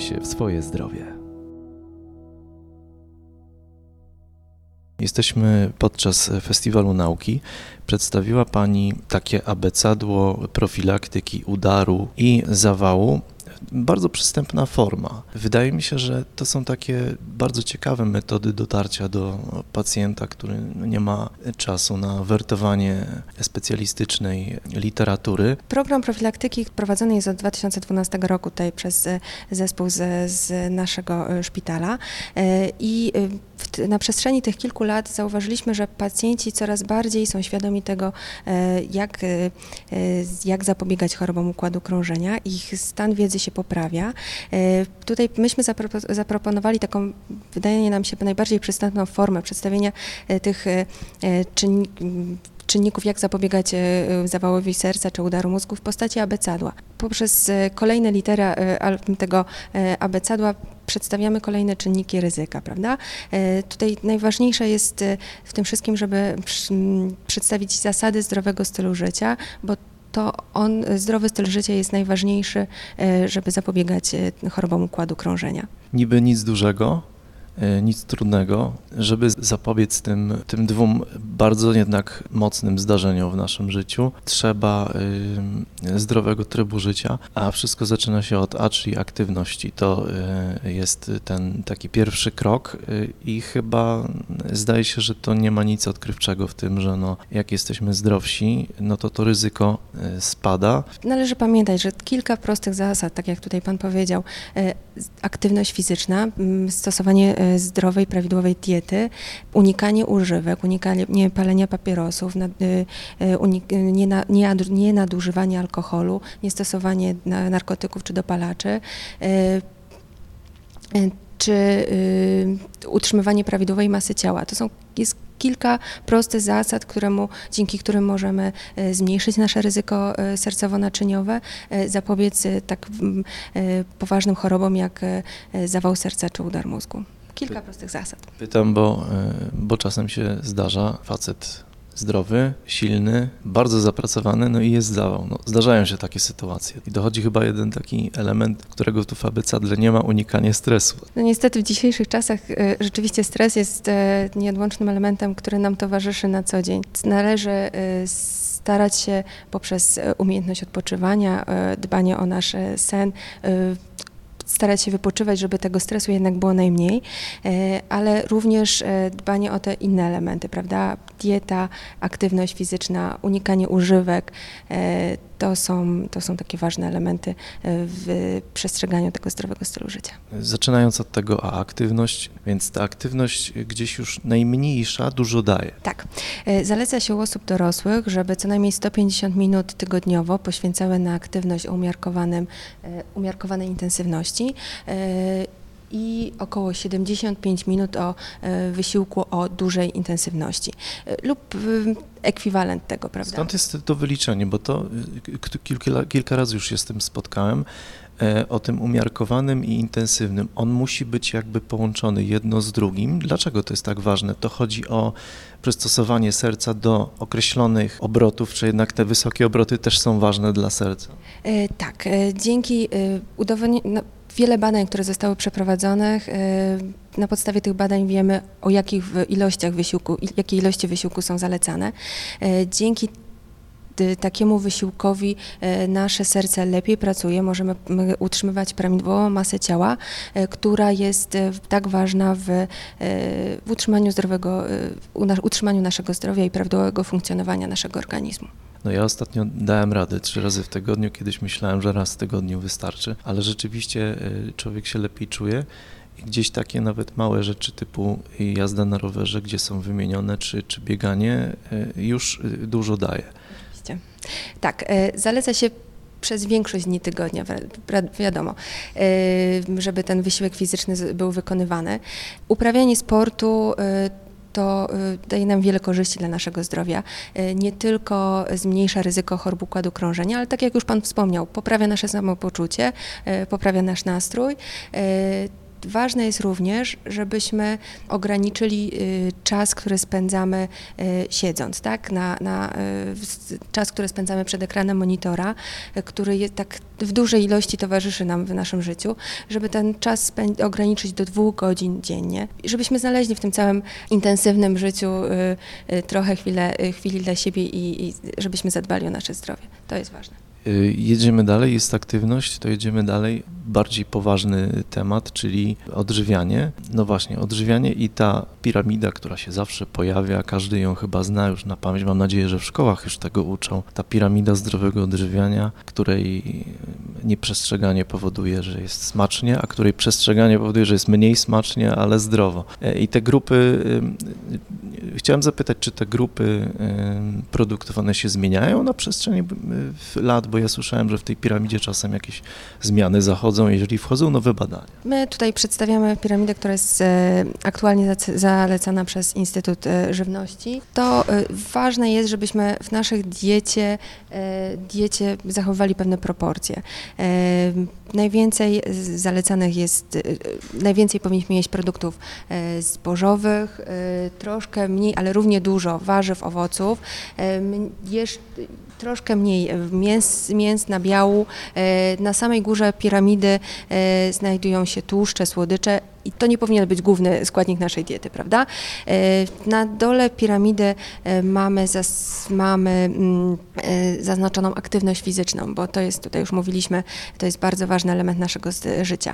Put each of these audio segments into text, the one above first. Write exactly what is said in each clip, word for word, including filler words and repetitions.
się w swoje zdrowie. Jesteśmy podczas Festiwalu Nauki. Przedstawiła Pani takie abecadło profilaktyki udaru i zawału. Bardzo przystępna forma. Wydaje mi się, że to są takie bardzo ciekawe metody dotarcia do pacjenta, który nie ma czasu na wertowanie specjalistycznej literatury. Program profilaktyki prowadzony jest od dwa tysiące dwunastego roku tutaj przez zespół z, z naszego szpitala i w, na przestrzeni tych kilku lat zauważyliśmy, że pacjenci coraz bardziej są świadomi tego, jak, jak zapobiegać chorobom układu krążenia. Ich stan wiedzy się poprawia. Tutaj myśmy zapro- zaproponowali taką, wydaje nam się, najbardziej przystępną formę przedstawienia tych czynników, czynników, jak zapobiegać zawałowi serca czy udaru mózgu w postaci abecadła. Poprzez kolejne litery tego abecadła przedstawiamy kolejne czynniki ryzyka, prawda? Tutaj najważniejsze jest w tym wszystkim, żeby przedstawić zasady zdrowego stylu życia, bo to on, zdrowy styl życia jest najważniejszy, żeby zapobiegać chorobom układu krążenia. Niby nic dużego, nic trudnego, żeby zapobiec tym, tym dwóm bardzo jednak mocnym zdarzeniom w naszym życiu. Trzeba y, zdrowego trybu życia, a wszystko zaczyna się od A, czyli aktywności. To y, jest ten taki pierwszy krok y, i chyba zdaje się, że to nie ma nic odkrywczego w tym, że no, jak jesteśmy zdrowsi, no to to ryzyko y, spada. Należy pamiętać, że kilka prostych zasad, tak jak tutaj Pan powiedział, y, aktywność fizyczna, y, stosowanie zdrowej, prawidłowej diety, unikanie używek, unikanie palenia papierosów, unik- nie, na, nie, nie nadużywanie alkoholu, niestosowanie narkotyków czy dopalaczy, czy utrzymywanie prawidłowej masy ciała. To są, jest kilka prostych zasad, któremu, dzięki którym możemy zmniejszyć nasze ryzyko sercowo-naczyniowe, zapobiec tak poważnym chorobom jak zawał serca czy udar mózgu. Kilka prostych zasad. Pytam, bo, bo czasem się zdarza, facet zdrowy, silny, bardzo zapracowany, no i jest zawał. No, zdarzają się takie sytuacje. I dochodzi chyba jeden taki element, którego tu w abecadle nie ma, unikanie stresu. No niestety w dzisiejszych czasach y, rzeczywiście stres jest y, nieodłącznym elementem, który nam towarzyszy na co dzień. Należy y, starać się poprzez umiejętność odpoczywania, y, dbanie o nasz sen, y, starać się wypoczywać, żeby tego stresu jednak było najmniej, ale również dbanie o te inne elementy, prawda? Dieta, aktywność fizyczna, unikanie używek, to są, to są takie ważne elementy w przestrzeganiu tego zdrowego stylu życia. Zaczynając od tego, a aktywność, więc ta aktywność gdzieś już najmniejsza dużo daje. Tak. Zaleca się u osób dorosłych, żeby co najmniej sto pięćdziesiąt minut tygodniowo poświęcały na aktywność o umiarkowanym, umiarkowanej intensywności i około siedemdziesiąt pięć minut o wysiłku o dużej intensywności lub ekwiwalent tego, prawda? Stąd jest to wyliczenie, bo to kilka, kilka razy już się z tym spotkałem, o tym umiarkowanym i intensywnym. On musi być jakby połączony jedno z drugim. Dlaczego to jest tak ważne? To chodzi o przystosowanie serca do określonych obrotów, czy jednak te wysokie obroty też są ważne dla serca? E, tak, e, dzięki e, udowodnieniu, no, wiele badań, które zostały przeprowadzonych, e, na podstawie tych badań wiemy, o jakich ilościach wysiłku, jakie ilości wysiłku są zalecane. E, dzięki takiemu wysiłkowi nasze serce lepiej pracuje, możemy utrzymywać prawidłową masę ciała, która jest tak ważna w, w utrzymaniu zdrowego, utrzymaniu naszego zdrowia i prawidłowego funkcjonowania naszego organizmu. No ja ostatnio dałem radę trzy razy w tygodniu, kiedyś myślałem, że raz w tygodniu wystarczy, ale rzeczywiście człowiek się lepiej czuje. I gdzieś takie nawet małe rzeczy typu jazda na rowerze, gdzie są wymienione, czy, czy bieganie, już dużo daje. Tak, zaleca się przez większość dni tygodnia, wiadomo, żeby ten wysiłek fizyczny był wykonywany. Uprawianie sportu to daje nam wiele korzyści dla naszego zdrowia. Nie tylko zmniejsza ryzyko chorób układu krążenia, ale tak jak już Pan wspomniał, poprawia nasze samopoczucie, poprawia nasz nastrój. Ważne jest również, żebyśmy ograniczyli czas, który spędzamy siedząc, tak? Na, na czas, który spędzamy przed ekranem monitora, który jest tak w dużej ilości towarzyszy nam w naszym życiu, żeby ten czas spę- ograniczyć do dwóch godzin dziennie, żebyśmy znaleźli w tym całym intensywnym życiu y, y, trochę chwilę, y, chwili dla siebie i, i żebyśmy zadbali o nasze zdrowie. To jest ważne. Jedziemy dalej, jest aktywność, to jedziemy dalej. Bardziej poważny temat, czyli odżywianie. No właśnie, odżywianie i ta piramida, która się zawsze pojawia, każdy ją chyba zna już na pamięć, mam nadzieję, że w szkołach już tego uczą. Ta piramida zdrowego odżywiania, której nieprzestrzeganie powoduje, że jest smacznie, a której przestrzeganie powoduje, że jest mniej smacznie, ale zdrowo. I te grupy, chciałem zapytać, czy te grupy produktów, one się zmieniają na przestrzeni lat, bo ja słyszałem, że w tej piramidzie czasem jakieś zmiany zachodzą, jeżeli wchodzą nowe badania. My tutaj przedstawiamy piramidę, która jest aktualnie zalecana przez Instytut Żywności. To ważne jest, żebyśmy w naszej diecie, diecie zachowywali pewne proporcje. Najwięcej zalecanych jest, najwięcej powinniśmy jeść produktów zbożowych, troszkę mniej, ale równie dużo warzyw, owoców, jesz, troszkę mniej mięs, mięs, nabiału. Na samej górze piramidy znajdują się tłuszcze, słodycze i to nie powinien być główny składnik naszej diety, prawda? Na dole piramidy mamy, zas, mamy zaznaczoną aktywność fizyczną, bo to jest, tutaj już mówiliśmy, to jest bardzo ważny element naszego życia.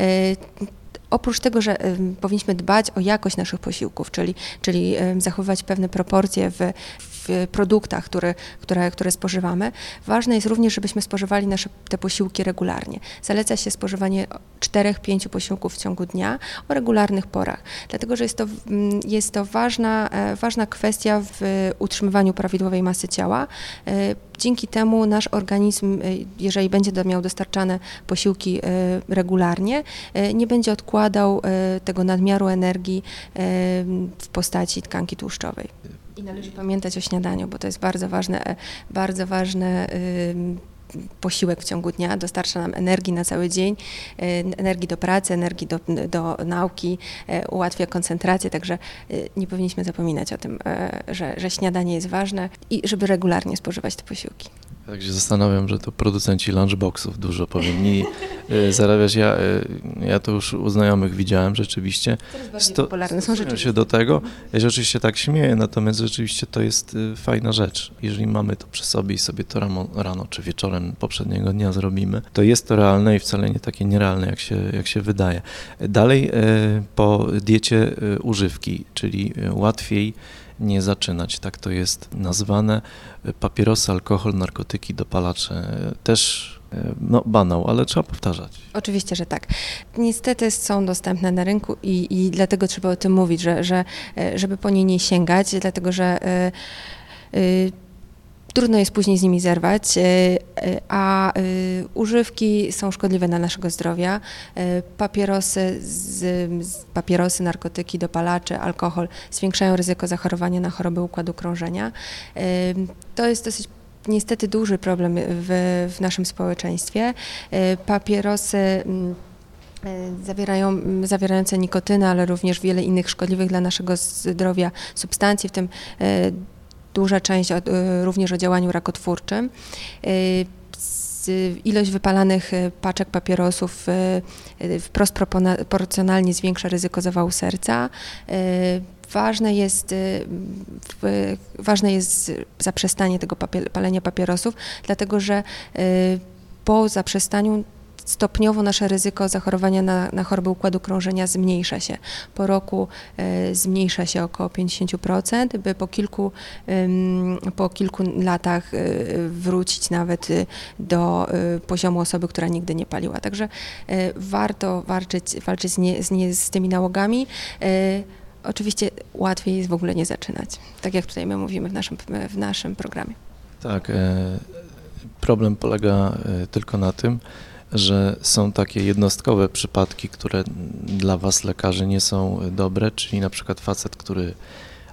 Oprócz tego, że y, powinniśmy dbać o jakość naszych posiłków, czyli, czyli y, zachowywać pewne proporcje w, w produktach, które, które, które spożywamy, ważne jest również, żebyśmy spożywali nasze te posiłki regularnie. Zaleca się spożywanie czterech pięciu posiłków w ciągu dnia o regularnych porach, dlatego że jest to, jest to ważna, ważna kwestia w utrzymywaniu prawidłowej masy ciała. Dzięki temu nasz organizm, jeżeli będzie miał dostarczane posiłki regularnie, nie będzie odkładał tego nadmiaru energii w postaci tkanki tłuszczowej. I należy pamiętać o śniadaniu, bo to jest bardzo ważne, bardzo ważne posiłek w ciągu dnia, dostarcza nam energii na cały dzień, energii do pracy, energii do, do nauki, ułatwia koncentrację, także nie powinniśmy zapominać o tym, że, że śniadanie jest ważne i żeby regularnie spożywać te posiłki. Tak się zastanawiam, że to producenci lunchboxów dużo powinni zarabiać. Ja, ja to już u znajomych widziałem rzeczywiście. Coraz bardziej Sto- popularne są rzeczywiście. się do tego. Ja się oczywiście tak śmieję, natomiast rzeczywiście to jest fajna rzecz. Jeżeli mamy to przy sobie i sobie to rano, rano czy wieczorem poprzedniego dnia zrobimy, to jest to realne i wcale nie takie nierealne, jak się, jak się wydaje. Dalej po diecie używki, czyli łatwiej nie zaczynać, tak to jest nazwane. Papierosy, alkohol, narkotyki, dopalacze, też no, banał, ale trzeba powtarzać. Oczywiście, że tak. Niestety są dostępne na rynku i, i dlatego trzeba o tym mówić, że, że żeby po nie nie sięgać, dlatego że y, y, trudno jest później z nimi zerwać, a używki są szkodliwe dla naszego zdrowia. Papierosy, z, papierosy, narkotyki, dopalacze, alkohol zwiększają ryzyko zachorowania na choroby układu krążenia. To jest dosyć niestety duży problem w, w naszym społeczeństwie. Papierosy Zawierają, zawierające nikotynę, ale również wiele innych szkodliwych dla naszego zdrowia substancji, w tym duża część od, również o działaniu rakotwórczym. Ilość wypalanych paczek papierosów wprost proporcjonalnie zwiększa ryzyko zawału serca. Ważne jest, ważne jest zaprzestanie tego papier, palenia papierosów, dlatego że po zaprzestaniu stopniowo nasze ryzyko zachorowania na, na choroby układu krążenia zmniejsza się. Po roku y, zmniejsza się około pięćdziesiąt procent, by po kilku, y, po kilku latach y, wrócić nawet y, do y, poziomu osoby, która nigdy nie paliła. Także y, warto walczyć, walczyć z, nie, z, nie, z tymi nałogami. Y, Oczywiście łatwiej jest w ogóle nie zaczynać, tak jak tutaj my mówimy w naszym, w naszym programie. Tak, e, problem polega tylko na tym, że są takie jednostkowe przypadki, które dla was lekarzy nie są dobre, czyli na przykład facet, który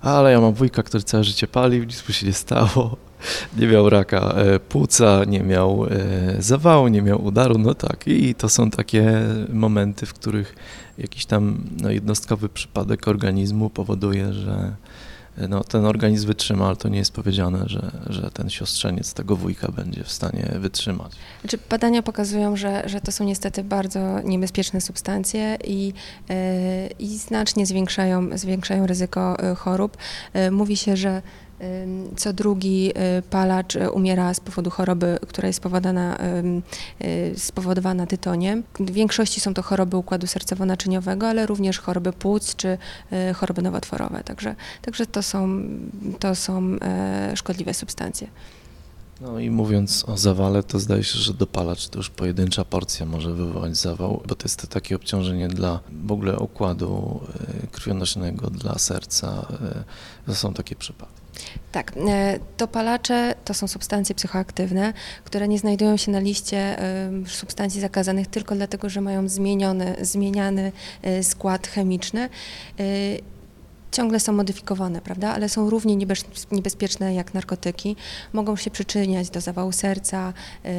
ale ja mam wujka, który całe życie palił, nic mu się nie stało. Nie miał raka płuca, nie miał zawału, nie miał udaru, no tak. I to są takie momenty, w których jakiś tam no, jednostkowy przypadek organizmu powoduje, że no, ten organizm wytrzyma, ale to nie jest powiedziane, że, że ten siostrzeniec tego wujka będzie w stanie wytrzymać. Znaczy, badania pokazują, że, że to są niestety bardzo niebezpieczne substancje i, yy, i znacznie zwiększają, zwiększają ryzyko chorób. Yy, mówi się, że co drugi palacz umiera z powodu choroby, która jest spowodowana, spowodowana tytoniem. W większości są to choroby układu sercowo-naczyniowego, ale również choroby płuc czy choroby nowotworowe. Także, także to są, to są szkodliwe substancje. No i mówiąc o zawale, to zdaje się, że dopalacz to już pojedyncza porcja może wywołać zawał, bo to jest to takie obciążenie dla w ogóle układu krwionośnego, dla serca. To są takie przypadki. Tak, dopalacze to są substancje psychoaktywne, które nie znajdują się na liście substancji zakazanych tylko dlatego, że mają zmieniony, zmieniany skład chemiczny. Ciągle są modyfikowane, prawda, ale są równie niebezpieczne jak narkotyki. Mogą się przyczyniać do zawału serca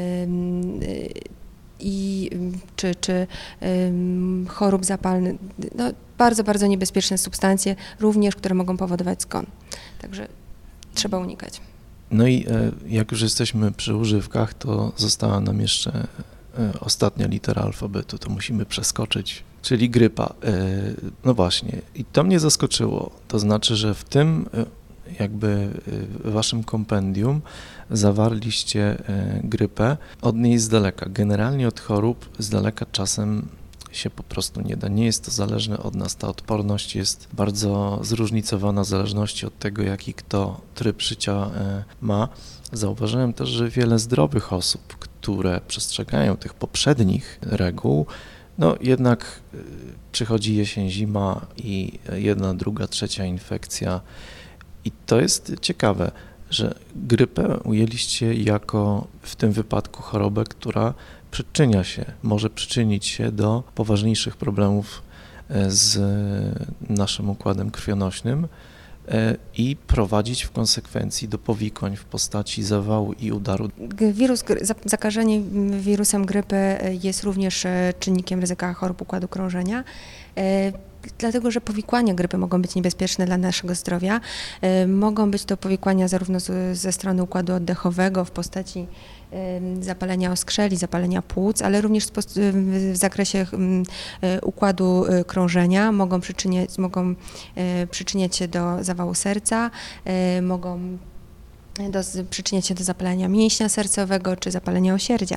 i czy, czy chorób zapalnych. No, bardzo, bardzo niebezpieczne substancje, również, które mogą powodować zgon. Także trzeba unikać. No i jak już jesteśmy przy używkach, to została nam jeszcze ostatnia litera alfabetu, to musimy przeskoczyć, czyli grypa. No właśnie, i to mnie zaskoczyło. To znaczy, że w tym jakby w waszym kompendium zawarliście grypę od niej z daleka. Generalnie od chorób z daleka czasem się po prostu nie da. Nie jest to zależne od nas. Ta odporność jest bardzo zróżnicowana w zależności od tego, jaki kto tryb życia ma. Zauważyłem też, że wiele zdrowych osób, które przestrzegają tych poprzednich reguł, no jednak przychodzi jesień, zima i jedna, druga, trzecia infekcja. I to jest ciekawe, że grypę ujęliście jako w tym wypadku chorobę, która przyczynia się, może przyczynić się do poważniejszych problemów z naszym układem krwionośnym i prowadzić w konsekwencji do powikłań w postaci zawału i udaru. Wirus, zakażenie wirusem grypy jest również czynnikiem ryzyka chorób układu krążenia. Dlatego, że powikłania grypy mogą być niebezpieczne dla naszego zdrowia. Mogą być to powikłania zarówno z, ze strony układu oddechowego w postaci zapalenia oskrzeli, zapalenia płuc, ale również w zakresie układu krążenia mogą przyczyniać, mogą przyczyniać się do zawału serca, mogą do, przyczyniać się do zapalenia mięśnia sercowego czy zapalenia osierdzia.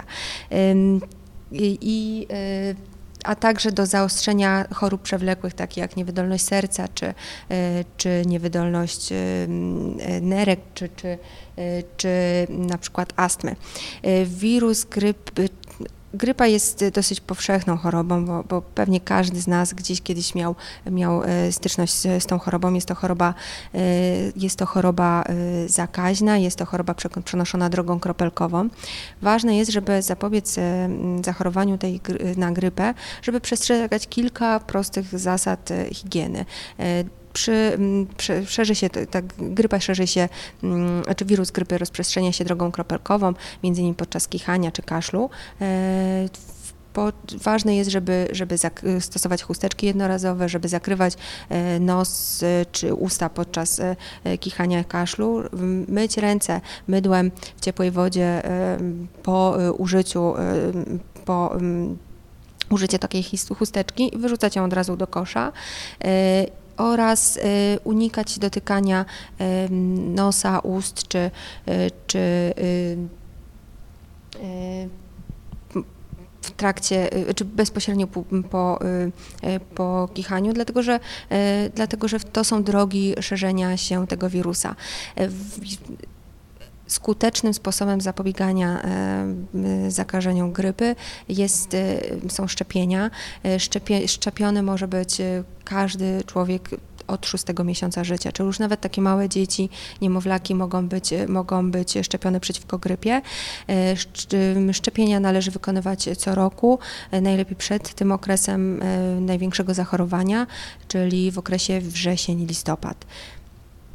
I, i a także do zaostrzenia chorób przewlekłych, takich jak niewydolność serca, czy, czy niewydolność nerek, czy, czy, czy na przykład astmy. Wirus grypy, grypa jest dosyć powszechną chorobą, bo, bo pewnie każdy z nas gdzieś kiedyś miał, miał styczność z, z tą chorobą. Jest to choroba, jest to choroba zakaźna, jest to choroba przenoszona drogą kropelkową. Ważne jest, żeby zapobiec zachorowaniu tej na grypę, żeby przestrzegać kilka prostych zasad higieny. Przy, przy, szerzy się, ta grypa szerzy się, czy wirus grypy rozprzestrzenia się drogą kropelkową, między innymi podczas kichania czy kaszlu. Po, ważne jest, żeby, żeby stosować chusteczki jednorazowe, żeby zakrywać nos czy usta podczas kichania, kaszlu, myć ręce mydłem w ciepłej wodzie po użyciu, po użyciu takiej chusteczki i wyrzucać ją od razu do kosza. Oraz y, unikać dotykania y, nosa, ust czy, y, czy y, y, w trakcie, y, czy bezpośrednio po, po, y, po kichaniu, dlatego że, y, dlatego że to są drogi szerzenia się tego wirusa. W, Skutecznym sposobem zapobiegania e, zakażeniom grypy jest, e, są szczepienia. E, szczepie, szczepiony może być każdy człowiek od szóstego miesiąca życia, czy już nawet takie małe dzieci, niemowlaki mogą być, mogą być szczepione przeciwko grypie. E, szczepienia należy wykonywać co roku, e, najlepiej przed tym okresem e, największego zachorowania, czyli w okresie wrzesień, listopad.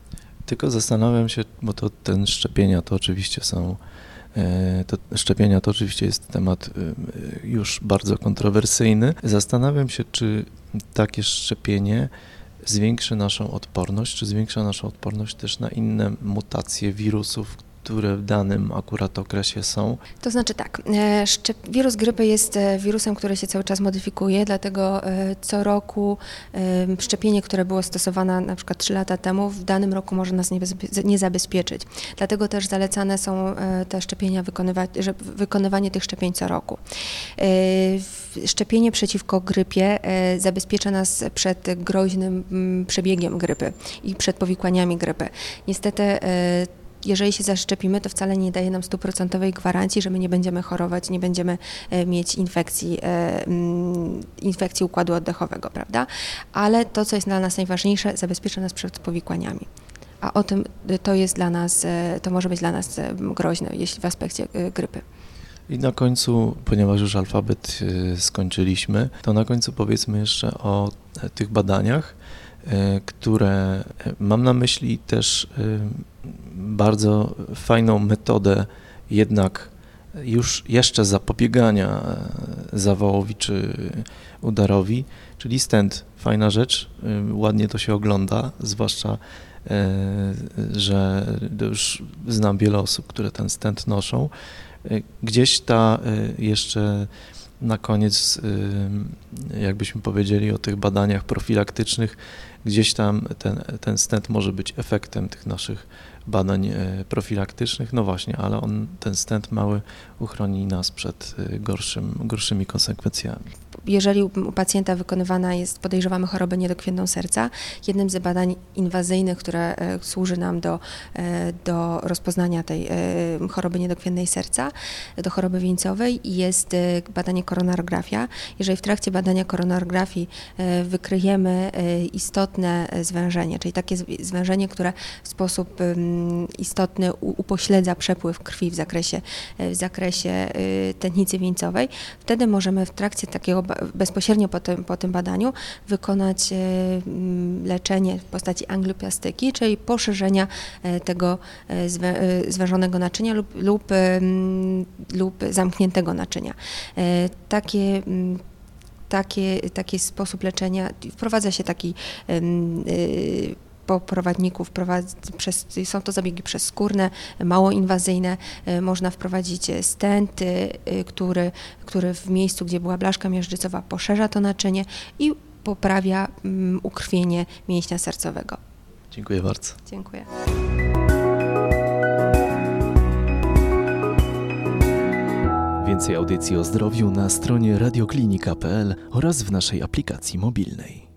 Tylko zastanawiam się, bo to ten szczepienia to oczywiście są, to szczepienia to oczywiście jest temat już bardzo kontrowersyjny. Zastanawiam się, czy takie szczepienie zwiększy naszą odporność, czy zwiększa naszą odporność też na inne mutacje wirusów, które w danym akurat okresie są? To znaczy tak, szczep- wirus grypy jest wirusem, który się cały czas modyfikuje, dlatego co roku szczepienie, które było stosowane na przykład trzy lata temu, w danym roku może nas nie, bezpie- nie zabezpieczyć. Dlatego też zalecane są te szczepienia, wykonywać, że wykonywanie tych szczepień co roku. Szczepienie przeciwko grypie zabezpiecza nas przed groźnym przebiegiem grypy i przed powikłaniami grypy. Niestety jeżeli się zaszczepimy, to wcale nie daje nam stuprocentowej gwarancji, że my nie będziemy chorować, nie będziemy mieć infekcji, infekcji układu oddechowego, prawda? Ale to, co jest dla nas najważniejsze, zabezpiecza nas przed powikłaniami. A o tym to jest dla nas, to może być dla nas groźne, jeśli w aspekcie grypy. I na końcu, ponieważ już alfabet skończyliśmy, to na końcu powiedzmy jeszcze o tych badaniach, które mam na myśli też bardzo fajną metodę jednak już jeszcze zapobiegania zawałowi czy udarowi, czyli stent. Fajna rzecz, ładnie to się ogląda, zwłaszcza, że już znam wiele osób, które ten stent noszą. Gdzieś ta jeszcze na koniec, jakbyśmy powiedzieli o tych badaniach profilaktycznych, gdzieś tam ten, ten stent może być efektem tych naszych badań profilaktycznych, no właśnie, ale on, ten stent mały uchroni nas przed gorszym, gorszymi konsekwencjami. Jeżeli u pacjenta wykonywana jest, podejrzewamy chorobę niedokrwienną serca, jednym z badań inwazyjnych, które służy nam do, do rozpoznania tej choroby niedokrwiennej serca, do choroby wieńcowej, jest badanie koronarografia. Jeżeli w trakcie badania koronarografii wykryjemy istotne zwężenie, czyli takie zwężenie, które w sposób istotny upośledza przepływ krwi w zakresie, w zakresie tętnicy wieńcowej, wtedy możemy w trakcie takiego bezpośrednio po tym, po tym badaniu wykonać leczenie w postaci angioplastyki, czyli poszerzenia tego zwężonego naczynia lub, lub, lub zamkniętego naczynia. Takie Takie, taki sposób leczenia, wprowadza się taki poprowadników, przez, są to zabiegi przezskórne, mało inwazyjne, można wprowadzić stent, który, który w miejscu, gdzie była blaszka miażdżycowa, poszerza to naczynie i poprawia ukrwienie mięśnia sercowego. Dziękuję bardzo. Dziękuję. Więcej audycji o zdrowiu na stronie radioklinika kropka p l oraz w naszej aplikacji mobilnej.